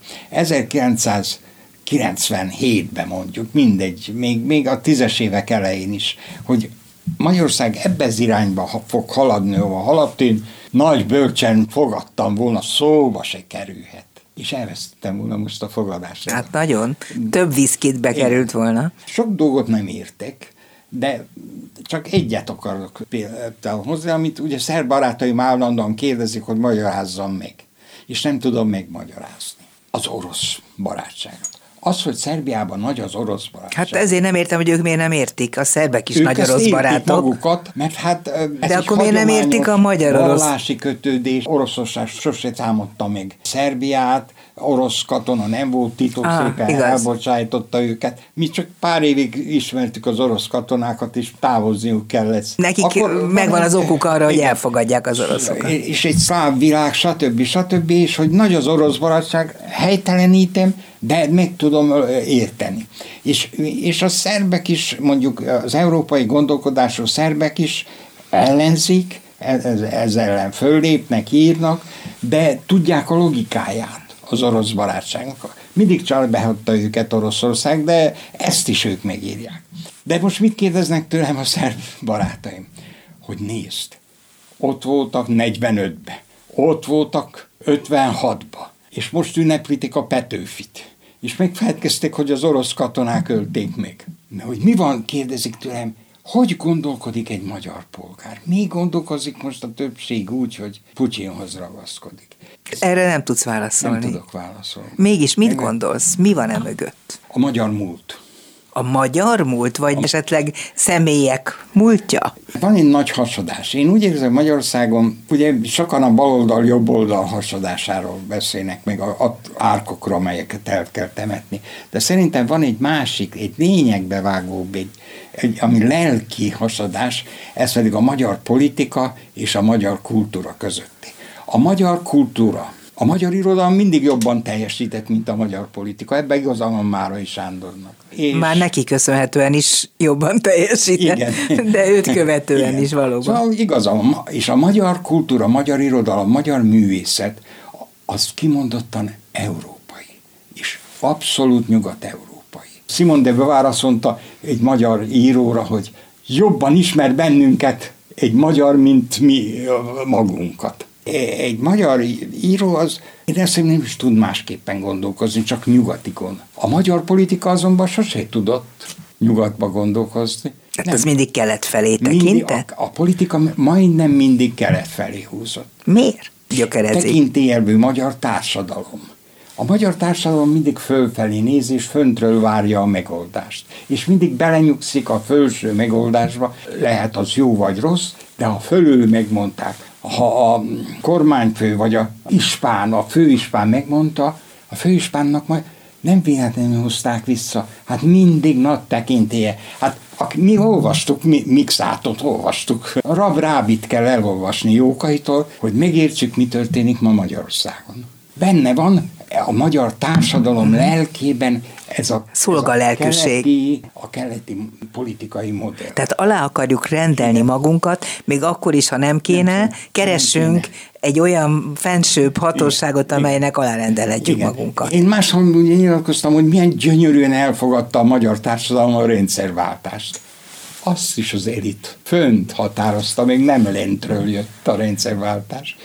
ezerkilencszázkilencvenhétben mondjuk, mindegy, még, még a tízes évek elején is, hogy Magyarország ebbe az irányba fog haladni, ahol haladt, én nagy bölcsen fogadtam volna, szóba se kerülhet. És elvesztettem volna most a fogadást. Hát nagyon. Több viszkit bekerült volna. Sok dolgot nem értek, de csak egyet akarok például hozzá, amit ugye szerb barátaim állandóan kérdezik, hogy magyarázzam meg. És nem tudom megmagyarázni. Az orosz barátságot. Az, hogy Szerbiában nagy az orosz barátság. Hát ezért nem értem, hogy ők miért nem értik. A szerbek is ők nagy orosz barátok. Magukat, mert hát ez de akkor miért nem értik a magyar-orosz? Vallási kötődés, Oroszország sose támadta meg Szerbiát, orosz katona nem volt, Tito ah, szépen igaz. elbocsájtotta őket. Mi csak pár évig ismertük az orosz katonákat, és távozniuk kellett. Nekik akkor megvan az okuk arra, hogy elfogadják az oroszokat. És egy szláv világ, stb. stb. És hogy nagy az orosz barátság, helytelenítem, de meg tudom érteni. És, és a szerbek is, mondjuk az európai gondolkodású szerbek is ellenzik, ez ellen föllépnek, írnak, de tudják a logikáját az orosz barátságnak. Mindig csak behagyta őket Oroszország, de ezt is ők megírják. De most mit kérdeznek tőlem a szerb barátaim? Hogy nézd, ott voltak negyvenötben, ott voltak ötvenhatban, és most ünnepítik a Petőfit. És megfelelkeztek, hogy az orosz katonák ölték meg. Na, hogy mi van, kérdezik tőlem, hogy gondolkodik egy magyar polgár? Mi gondolkozik most a többség úgy, hogy Putyinhoz ragaszkodik? Erre nem tudsz válaszolni. Nem tudok válaszolni. Mégis mit Meg gondolsz? Mi van e mögött? A magyar múlt. A magyar múlt, vagy a... esetleg személyek múltja? Van egy nagy hasadás. Én úgy érzem, Magyarországon, ugye sokan a baloldal, jobboldal hasadásáról beszélnek, meg a, a árkokról, amelyeket el kell temetni. De szerintem van egy másik, egy lényegbe vágóbb, egy, egy, ami lelki hasadás, ez pedig a magyar politika és a magyar kultúra közötti. A magyar kultúra, a magyar irodalom mindig jobban teljesített, mint a magyar politika. Ebben igazán van Márai Sándornak. És már neki köszönhetően is jobban teljesített, igen. De őt követően igen. is valóban. Szóval igazán, és a magyar kultúra, a magyar irodalom, a magyar művészet, az kimondottan európai, és abszolút nyugat-európai. Simone de Beauvoir azt mondta egy magyar íróra, hogy jobban ismer bennünket egy magyar, mint mi magunkat. Egy magyar író az, én ezt nem is tud másképpen gondolkozni, csak nyugatikon. A magyar politika azonban sose tudott nyugatba gondolkozni, Hát az mindig kelet felé tekintett? A, a politika majdnem mindig kelet felé húzott. Miért? Gyökerezik. Tekintélyelvű magyar társadalom. A magyar társadalom mindig fölfelé néz, és föntről várja a megoldást. És mindig belenyugszik a felső megoldásba, lehet az jó vagy rossz, de ha fölül megmondták, ha a kormányfő vagy a ispán, a főispán megmondta, a főispánnak majd nem véletlenül hozták vissza. Hát mindig nagy tekintélye. Hát mi olvastuk, mi Mikszátot olvastuk. Rab Rábit kell elolvasni Jókaitól, hogy megértsük, mi történik ma Magyarországon. Benne van a magyar társadalom lelkében ez a, szolgalelkűség. Ez a, keleti, a keleti politikai modell. Tehát alá akarjuk rendelni magunkat, még akkor is, ha nem kéne, nem keressünk nem kéne. Egy olyan fensőbb hatóságot, amelynek alárendelhetjük magunkat. Én máshol ugye nyilatkoztam, hogy milyen gyönyörűen elfogadta a magyar társadalom a rendszerváltást. Azt is az elit fönt határozta, még nem lentről jött a rendszerváltás.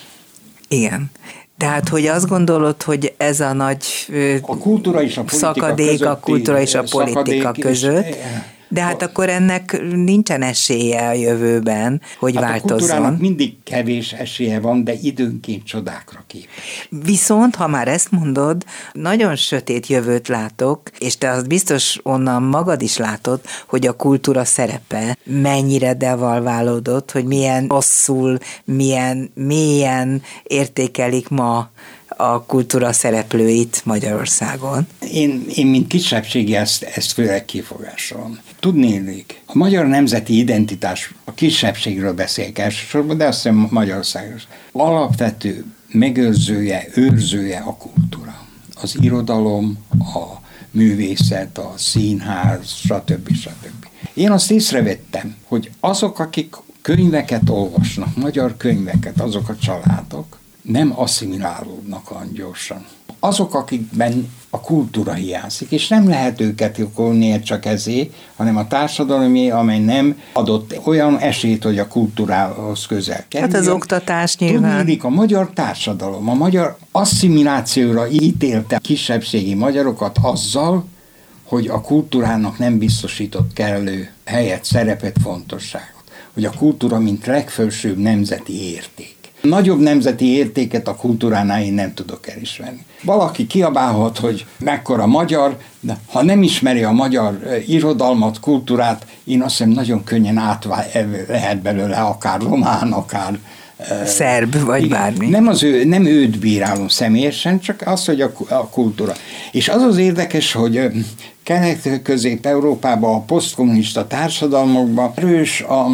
Igen. Tehát, hogy azt gondolod, hogy ez a nagy a kultúra és a szakadék a kultúra és a politika között, és, de hát akkor ennek nincsen esélye a jövőben, hogy hát változzon. A kultúrának mindig kevés esélye van, de időnként csodákra képes. Viszont, ha már ezt mondod, nagyon sötét jövőt látok, és te azt biztos onnan magad is látod, hogy a kultúra szerepe mennyire devalválódott, hogy milyen rosszul, milyen mélyen értékelik ma a kultúra szereplőit Magyarországon. Én, én mint kisebbségi ezt, ezt főleg kifogásolom. Tudnélik, a magyar nemzeti identitás, a kisebbségről beszélek elsősorban, de azt hiszem Magyarországról. Alapvető megőrzője, őrzője a kultúra. Az irodalom, a művészet, a színház, stb. stb. Én azt észrevettem, hogy azok, akik könyveket olvasnak, magyar könyveket, azok a családok, nem asszimilálódnak olyan gyorsan. Azok, akikben a kultúra hiányzik, és nem lehet őket okolni csak ezért, hanem a társadalomé, amely nem adott olyan esélyt, hogy a kultúrához közel kerüljön. Hát az oktatás nyilván. Tudnék, a magyar társadalom, a magyar asszimilációra ítélte kisebbségi magyarokat azzal, hogy a kultúrának nem biztosított kellő helyet, szerepet, fontosságot. Hogy a kultúra, mint legfelsőbb nemzeti érték. Nagyobb nemzeti értéket a kultúránál én nem tudok elismerni. Valaki kiabálhat, hogy mekkora magyar, de ha nem ismeri a magyar irodalmat, kultúrát, én azt hiszem nagyon könnyen átvá lehet belőle akár román, akár szerb, vagy igen, bármi. Nem, az ő, nem őt bírálom személyesen, csak az, hogy a, a kultúra. És az az érdekes, hogy Kelet-Közép-Európában, a posztkommunista társadalmakban erős a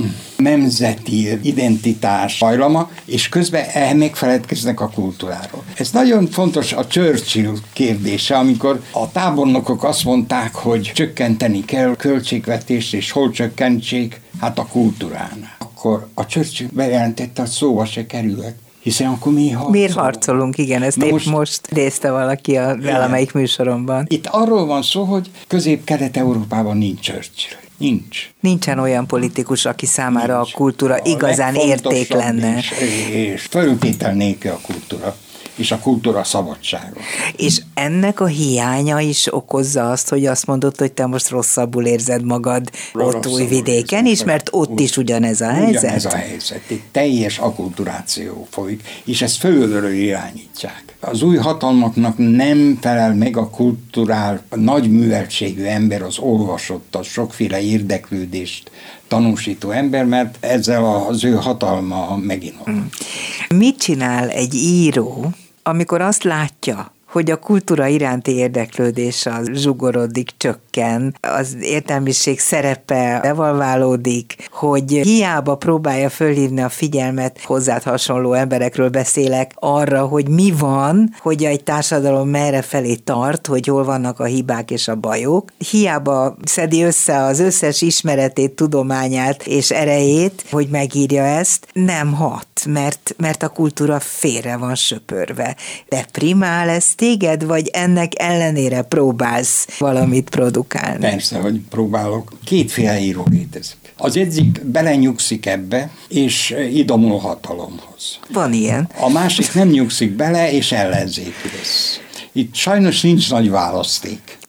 nemzeti identitás hajlama, és közben megfeledkeznek a kultúráról. Ez nagyon fontos a Churchill kérdése, amikor a tábornokok azt mondták, hogy csökkenteni kell költségvetést, és hol csökkentsék, hát a kultúránál. Akkor a Churchill bejelentette, hogy szóba se kerülhet. Hiszen akkor mi harcolunk. Miért harcolunk? Igen, ezt épp most, most nézte valaki a valamelyik műsoromban. Itt arról van szó, hogy Közép-Kelet-Európában nincs Churchill. Nincs. Nincsen olyan politikus, aki számára nincs. A kultúra a igazán érték lenne. És, és föltétel nélkül a kultúra. És a kultúra szabadsága. És ennek a hiánya is okozza azt, hogy azt mondod, hogy te most rosszabbul érzed magad rosszabbul ott Újvidéken is, mert ott úgy, is ugyanez a helyzet? Ugyanez a helyzet. Egy teljes akkulturáció folyik, és ezt fölülről irányítják. Az új hatalmaknak nem felel meg a kulturál, a nagy műveltségű ember, az olvasott, az sokféle érdeklődést tanúsító ember, mert ezzel az ő hatalma megindul. Mit csinál egy író, amikor azt látja, hogy a kultúra iránti érdeklődés az zsugorodik, csökken, az értelmiség szerepe devalválódik, hogy hiába próbálja fölhívni a figyelmet, hozzád hasonló emberekről beszélek, arra, hogy mi van, hogy egy társadalom merre felé tart, hogy hol vannak a hibák és a bajok. Hiába szedi össze az összes ismeretét, tudományát és erejét, hogy megírja ezt, nem hat, mert, mert a kultúra félre van söpörve. Deprimál ez téged, vagy ennek ellenére próbálsz valamit produkálni? Persze, hogy próbálok. Kétféle író létezik. Az egyik belenyugszik ebbe, és idomul hatalomhoz. Van ilyen. A másik nem nyugszik bele, és ellenzéki lesz. Itt sajnos nincs nagy választék.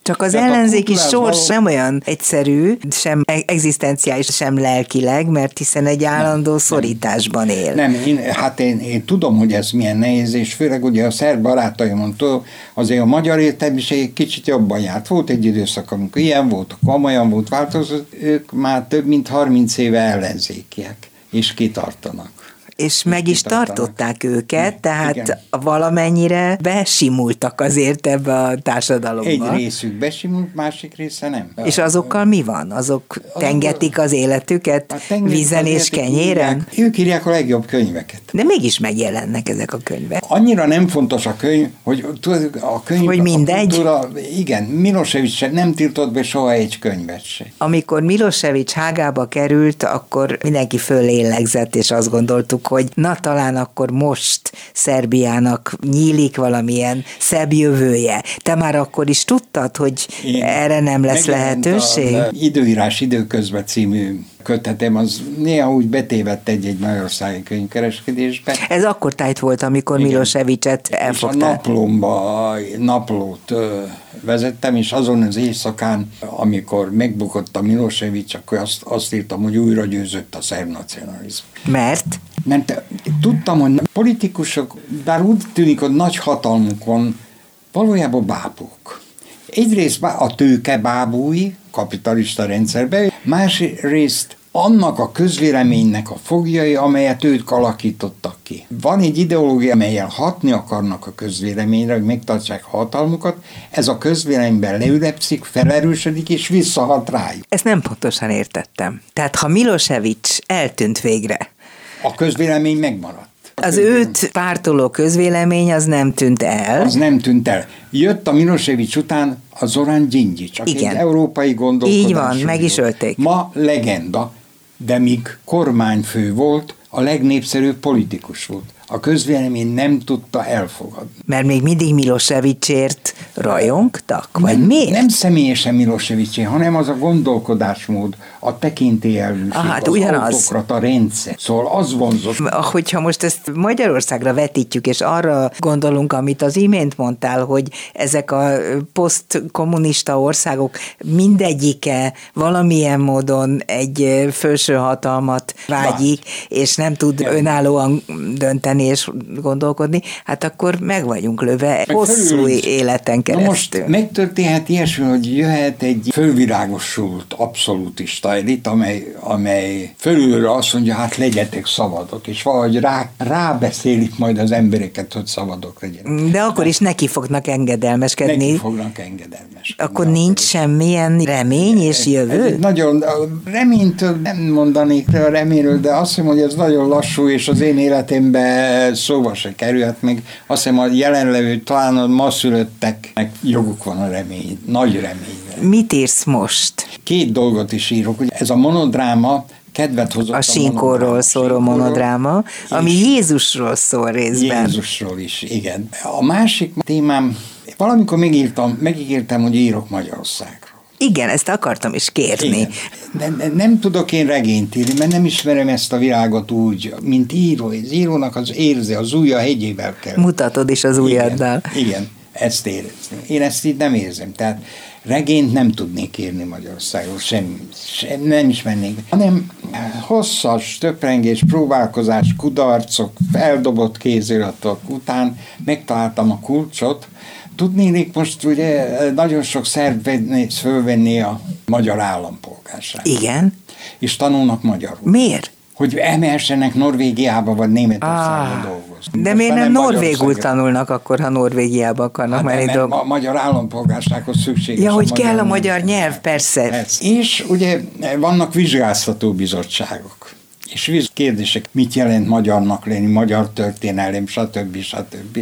Csak az Tehát ellenzéki sors való... nem olyan egyszerű, sem egzisztenciális, sem lelkileg, mert hiszen egy állandó nem, szorításban él. Nem, én, hát én, én tudom, hogy ez milyen nehéz, és főleg ugye a szerb barátaimon túl, azért a magyar értelmiség kicsit jobban járt. Volt egy időszak, amikor ilyen volt, komolyan volt, változott, ők már több mint harminc éve ellenzékiek, és kitartanak. És meg is tartották őket, tehát igen. valamennyire besimultak azért ebbe a társadalomba. Egy részük besimult, másik része nem. És azokkal mi van? Azok tengetik az életüket vízen és kenyéren? Írják, ők írják a legjobb könyveket. De mégis megjelennek ezek a könyvek. Annyira nem fontos a könyv, hogy a könyv... Hogy mindegy? Kultúra, igen, Milosevic se nem tiltott be soha egy könyvet se. Amikor Milosevic Hágába került, akkor mindenki fölélegzett, és azt gondoltuk, hogy na talán akkor most Szerbiának nyílik valamilyen szebb jövője. Te már akkor is tudtad, hogy én erre nem lesz lehetőség? A Időírás időközben című kötetem, az néha úgy betévedt egy-egy magyarországi könyvkereskedésbe. Ez akkor tájt volt, amikor Milosevicet elfogták. És a naplomba naplót vezettem, és azon az éjszakán, amikor megbukott a Milosevic, akkor azt, azt írtam, hogy újra győzött a szerb nacionalizmus. Mert? Mert tudtam, hogy politikusok, bár úgy tűnik, hogy nagy hatalmuk van, valójában bábúk. Egyrészt a tőke bábúi, kapitalista rendszerben, másrészt annak a közvéleménynek a foglyai, amelyet ők alakítottak ki. Van egy ideológia, amelyen hatni akarnak a közvéleményre, hogy megtartsák a hatalmukat, ez a közvéleményben leülepszik, felerősödik és visszahat rájuk. Ezt nem pontosan értettem. Tehát ha Milosevic eltűnt végre, a közvélemény megmaradt. A az őt pártoló közvélemény az nem tűnt el. Az nem tűnt el. Jött a Milosevic után a Zoran Dzsindjics, aki egy európai gondolkodású. Így van, meg is ölték. Ma legenda, de míg kormányfő volt, a legnépszerűbb politikus volt. A közvélemény nem tudta elfogadni. Mert még mindig Milosevicért rajongtak? Vagy nem, miért? Nem személyesen Milosevicé, hanem az a gondolkodásmód, a tekintélyelvűség, ah, hát az ugyanaz. Autokrata rendszer. Szóval az vonzott. Hogyha most ezt Magyarországra vetítjük, és arra gondolunk, amit az imént mondtál, hogy ezek a posztkommunista országok mindegyike valamilyen módon egy felső hatalmat vágyik, Bár. és nem tud ja. önállóan dönteni és gondolkodni, hát akkor meg vagyunk löve meg hosszú fölül, életen keresztül. Na most megtörténhet ilyesmi, hogy jöhet egy fölvilágosult abszolútista elit, amely, amely fölülről azt mondja, hát legyetek szabadok, és valahogy rá, rábeszélik majd az embereket, hogy szabadok legyenek. De akkor is neki fognak engedelmeskedni. Neki fognak engedelmeskedni. Akkor nincs semmilyen remény és jövő? Nagyon, reménytől nem mondanék le a reményről, de azt mondom, hogy ez nagyon lassú, és az én életemben szóba se kerülhet meg. Azt hiszem, a jelenlevő, talán a ma szülötteknek joguk van a remény, nagy reményre. Mit írsz most? Két dolgot is írok. Ugye ez a monodráma kedvet hozott a, a sínkóról szóló monodráma, ami Jézusról szól részben. Jézusról is, igen. A másik témám, valamikor megírtam, megígértem, hogy írok Magyarországról. Igen, ezt akartam is kérni. De, de nem tudok én regényt írni, mert nem ismerem ezt a világot úgy, mint író. Az írónak az érze, az ujja hegyével kell. Mutatod is az ujjaddal. Igen, igen, ezt érezni. Én ezt így nem érzem. Tehát regényt nem tudnék írni Magyarországról, sem, sem nem is mennék. Hanem hosszas, töprengés, próbálkozás, kudarcok, eldobott kéziratok után megtaláltam a kulcsot. Tudnélik, most ugye nagyon sok szerb fölvenni a magyar állampolgárságot. Igen. És tanulnak magyarul. Miért? Hogy emelsenek Norvégiába vagy Németországba ah, dolgozni. De miért nem norvégul tanulnak akkor, ha Norvégiába akarnak hát menni dolgozni? A magyar állampolgársághoz szükséges. Ja, hogy a kell a magyar nyelv, persze. persze. És ugye vannak vizsgáztató bizottságok. És kérdések, mit jelent magyarnak lenni, magyar történelem, stb. stb.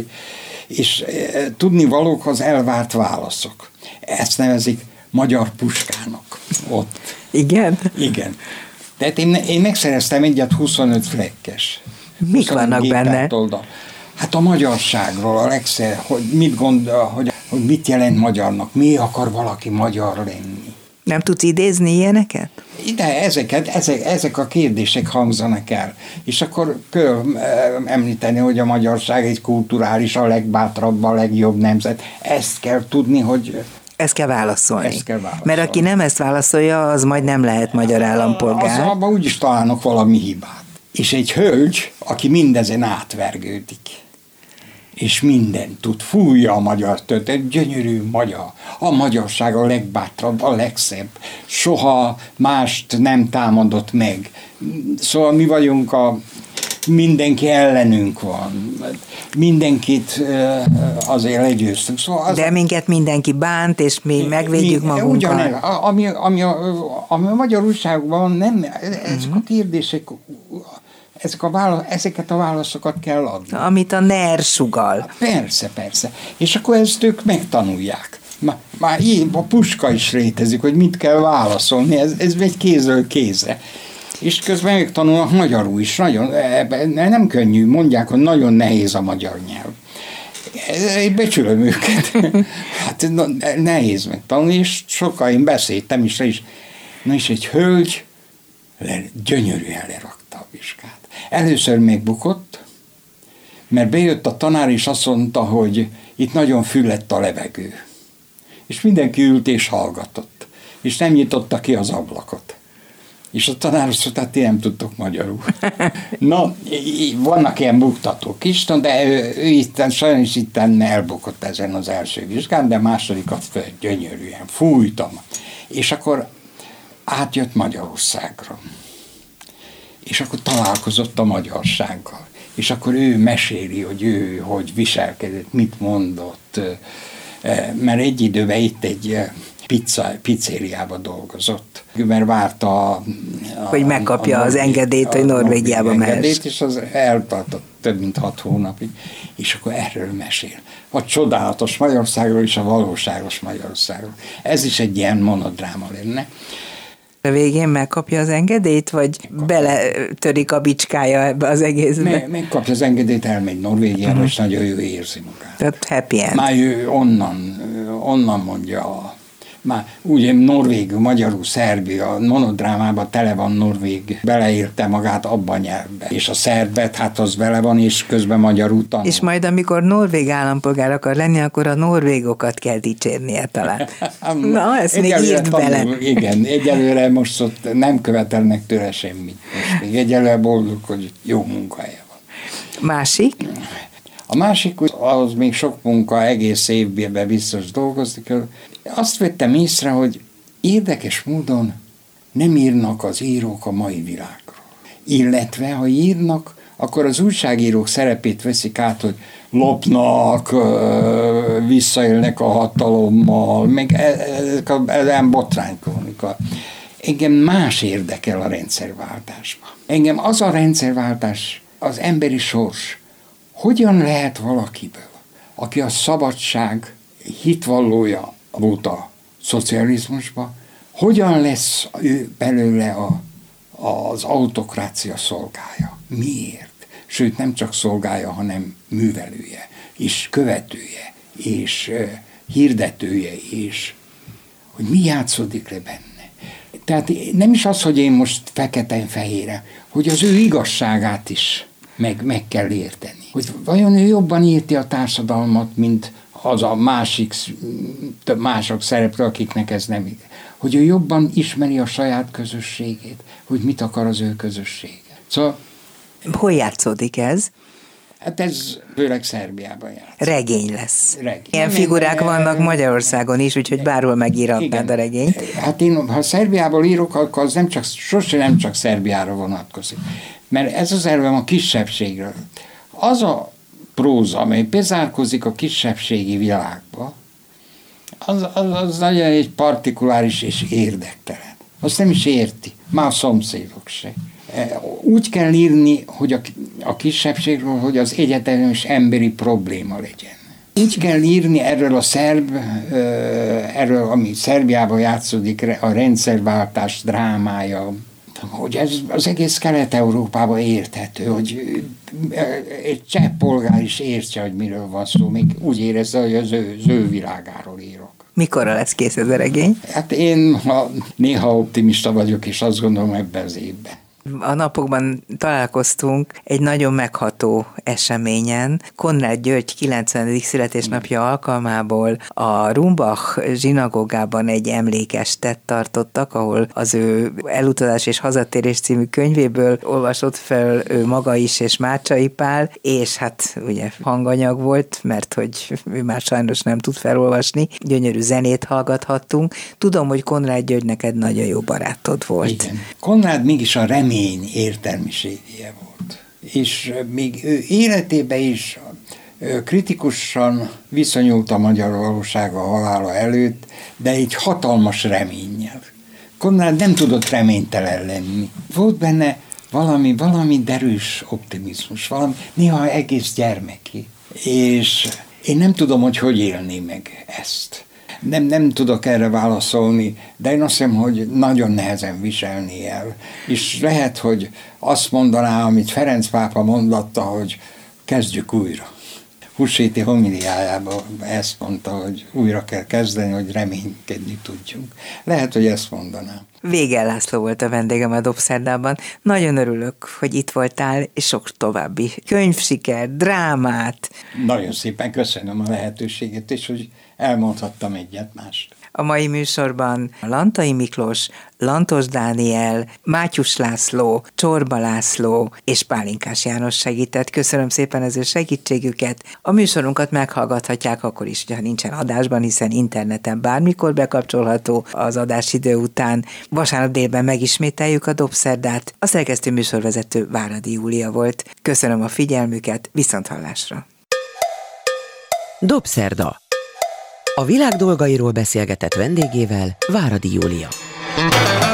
És e, tudni valók az elvárt válaszok. Ezt nevezik magyar puskának ott. Igen? Igen. Tehát én, én megszereztem egyet huszonöt flekkes. Mik vannak benne? Oldal. Hát a magyarságról, a legszer, hogy mit gondol, hogy, hogy mit jelent magyarnak, mi akar valaki magyar lenni. Nem tudsz idézni ilyeneket? De ezeket, ezek, ezek a kérdések hangzanak el. És akkor kell említeni, hogy a magyarság egy kulturális, a legbátrabb, a legjobb nemzet. Ezt kell tudni, hogy Ezt kell válaszolni. Ezt kell válaszolni. Mert aki nem ezt válaszolja, az majd nem lehet magyar állampolgár. Az, abban úgyis találnak valami hibát. És egy hölgy, aki mindezen átvergődik, és mindent tud, fújja a magyar történet, gyönyörű magyar, a magyarság a legbátrabb, a legszebb, soha mást nem támadott meg. Szóval mi vagyunk a mindenki ellenünk van. Mindenkit azért legyőztünk. Szóval az de minket mindenki bánt, és mi megvédjük mi, magunkat. Ugyanez, ami, ami, a, ami a magyar újságban nem, ezek a kérdések, ezek a válasz, ezeket a válaszokat kell adni. Amit a NER sugal. Persze, persze. És akkor ezt ők megtanulják. Már, már így a puska is létezik, hogy mit kell válaszolni, ez, ez megy kézről kézre. És közben megtanulnak magyarul is. Nagyon, nem könnyű, mondják, hogy nagyon nehéz a magyar nyelv. Én becsülöm őket. Hát nehéz megtanulni, és sokkal én beszéltem is, és na és egy hölgy le, gyönyörűen lerakta a vizsgát. Először megbukott, mert bejött a tanár, és azt mondta, hogy itt nagyon füllett a levegő. És mindenki ült és hallgatott. És nem nyitotta ki az ablakot. És a tanár azt mondta, hát ti nem tudtok magyarul. Na, vannak ilyen buktatók is, de ő, ő itten, sajnos itten elbukott ezen az első vizsgán, de másodikat gyönyörűen fújtam. És akkor átjött Magyarországra. És akkor találkozott a magyarsággal. És akkor ő meséli, hogy ő hogy viselkedett, mit mondott. Mert egy időben itt egy pizza, pizzériába dolgozott, mert várta a, a, hogy megkapja a az engedélyt, hogy Norvégiába mehet. És az eltartott több mint hat hónapig, és akkor erről mesél. A csodálatos Magyarországról és a valóságos Magyarországról. Ez is egy ilyen monodráma lenne. A végén megkapja az engedélyt, vagy beletörik a bicskája ebbe az egészbe? Meg, megkapja az engedélyt, elmegy Norvégiába, uh-huh. és nagyon jó érzi magát. Tehát happy end. Már ő onnan, onnan mondja a már ugye norvég, magyarul, Szerbia, monodrámában tele van norvég, beleérte magát abban a nyelvbe. És a szerbet, hát az vele van, és közben magyarul tanul. És majd amikor norvég állampolgár akar lenni, akkor a norvégokat kell dicsérnie talán. Na, ezt még írd bele. Igen, egyelőre most ott nem követelnek tőle semmit. Most még egyelőre boldog, hogy jó munkahelye van. Másik? A másik, az még sok munka, egész évben biztos dolgozni kell. Azt vettem észre, hogy érdekes módon nem írnak az írók a mai világról. Illetve, ha írnak, akkor az újságírók szerepét veszik át, hogy lopnak, visszaélnek a hatalommal, meg ezek a botránykrónika. Engem más érdekel a rendszerváltásban. Engem az a rendszerváltás, az emberi sors, hogyan lehet valakiből, aki a szabadság hitvallója volt a szocializmusban, hogyan lesz ő belőle a, az autokrácia szolgája? Miért? Sőt, nem csak szolgája, hanem művelője, és követője, és uh, hirdetője, és hogy mi játszódik le benne. Tehát nem is az, hogy én most feketén-fehére, hogy az ő igazságát is meg, meg kell érteni. Hogy vajon ő jobban érti a társadalmat, mint az a másik, mások szereplő, akiknek ez nem igaz. Hogy ő jobban ismeri a saját közösségét, hogy mit akar az ő közössége. Szóval... Hol játszódik ez? Hát ez főleg Szerbiában játszik. Regény lesz. Regény. Ilyen figurák vannak Magyarországon is, úgyhogy bárhol megírhatnád a regényt. Hát én, ha Szerbiából írok, akkor az nem csak, sose nem csak Szerbiára vonatkozik. Mert ez az elvem a kisebbségről. Az a próza, amely bezárkozik a kisebbségi világba, az, az, az nagyon egy partikuláris és érdektelen. Azt nem is érti, már a szomszédok se. Úgy kell írni, hogy a, a kisebbségről, hogy az egyetemes emberi probléma legyen. Úgy kell írni erről a szerb, erről, ami Szerbiában játszódik, a rendszerváltás drámája, hogy ez az egész Kelet-Európában érthető, hogy egy cseh polgár is értse, hogy miről van szó, még úgy érezze, hogy az ő, az ő világáról írok. Mikorra lesz kész ez a regény? Hát én ha néha optimista vagyok, és azt gondolom ebben az évben. A napokban találkoztunk egy nagyon megható eseményen. Konrád György kilencvenedik születésnapja alkalmából a Rumbach zsinagógában egy emlékestet tartottak, ahol az ő Elutazás és hazatérés című könyvéből olvasott fel ő maga is, és Mácsai Pál, és hát ugye hanganyag volt, mert hogy ő már sajnos nem tud felolvasni. Gyönyörű zenét hallgathattunk. Tudom, hogy Konrád György neked nagyon jó barátod volt. Igen. Konrád mégis a remény értelmiségije volt. És még ő életében is kritikusan viszonyult a magyar valóság a halála előtt, de egy hatalmas reménnyel. Konrád nem tudott reménytelen lenni. Volt benne valami, valami derűs optimizmus, valami néha egész gyermeki. És én nem tudom, hogy hogy élné meg ezt. Nem, nem tudok erre válaszolni, de én azt hiszem, hogy nagyon nehezen viselni el. És lehet, hogy azt mondaná, amit Ferenc pápa mondatta, hogy kezdjük újra. Húsvéti homiliájában ezt mondta, hogy újra kell kezdeni, hogy reménykedni tudjunk. Lehet, hogy ezt mondanám. Végel László volt a vendégem a Dobszerdában. Nagyon örülök, hogy itt voltál, és sok további könyvsiker, drámát. Nagyon szépen köszönöm a lehetőséget, és hogy elmondhattam egyet mást. A mai műsorban Lantai Miklós, Lantos Dániel, Mátyus László, Csorba László és Pálinkás János segített. Köszönöm szépen az ő segítségüket. A műsorunkat meghallgathatják akkor is, ha nincsen adásban, hiszen interneten bármikor bekapcsolható az adásidő után. Vasárnap délben megismételjük a Dobszerdát. A szerkesztő műsorvezető Váradi Júlia volt. Köszönöm a figyelmüket, viszonthallásra. Dobszerda. A világ dolgairól beszélgetett vendégével Váradi Júlia.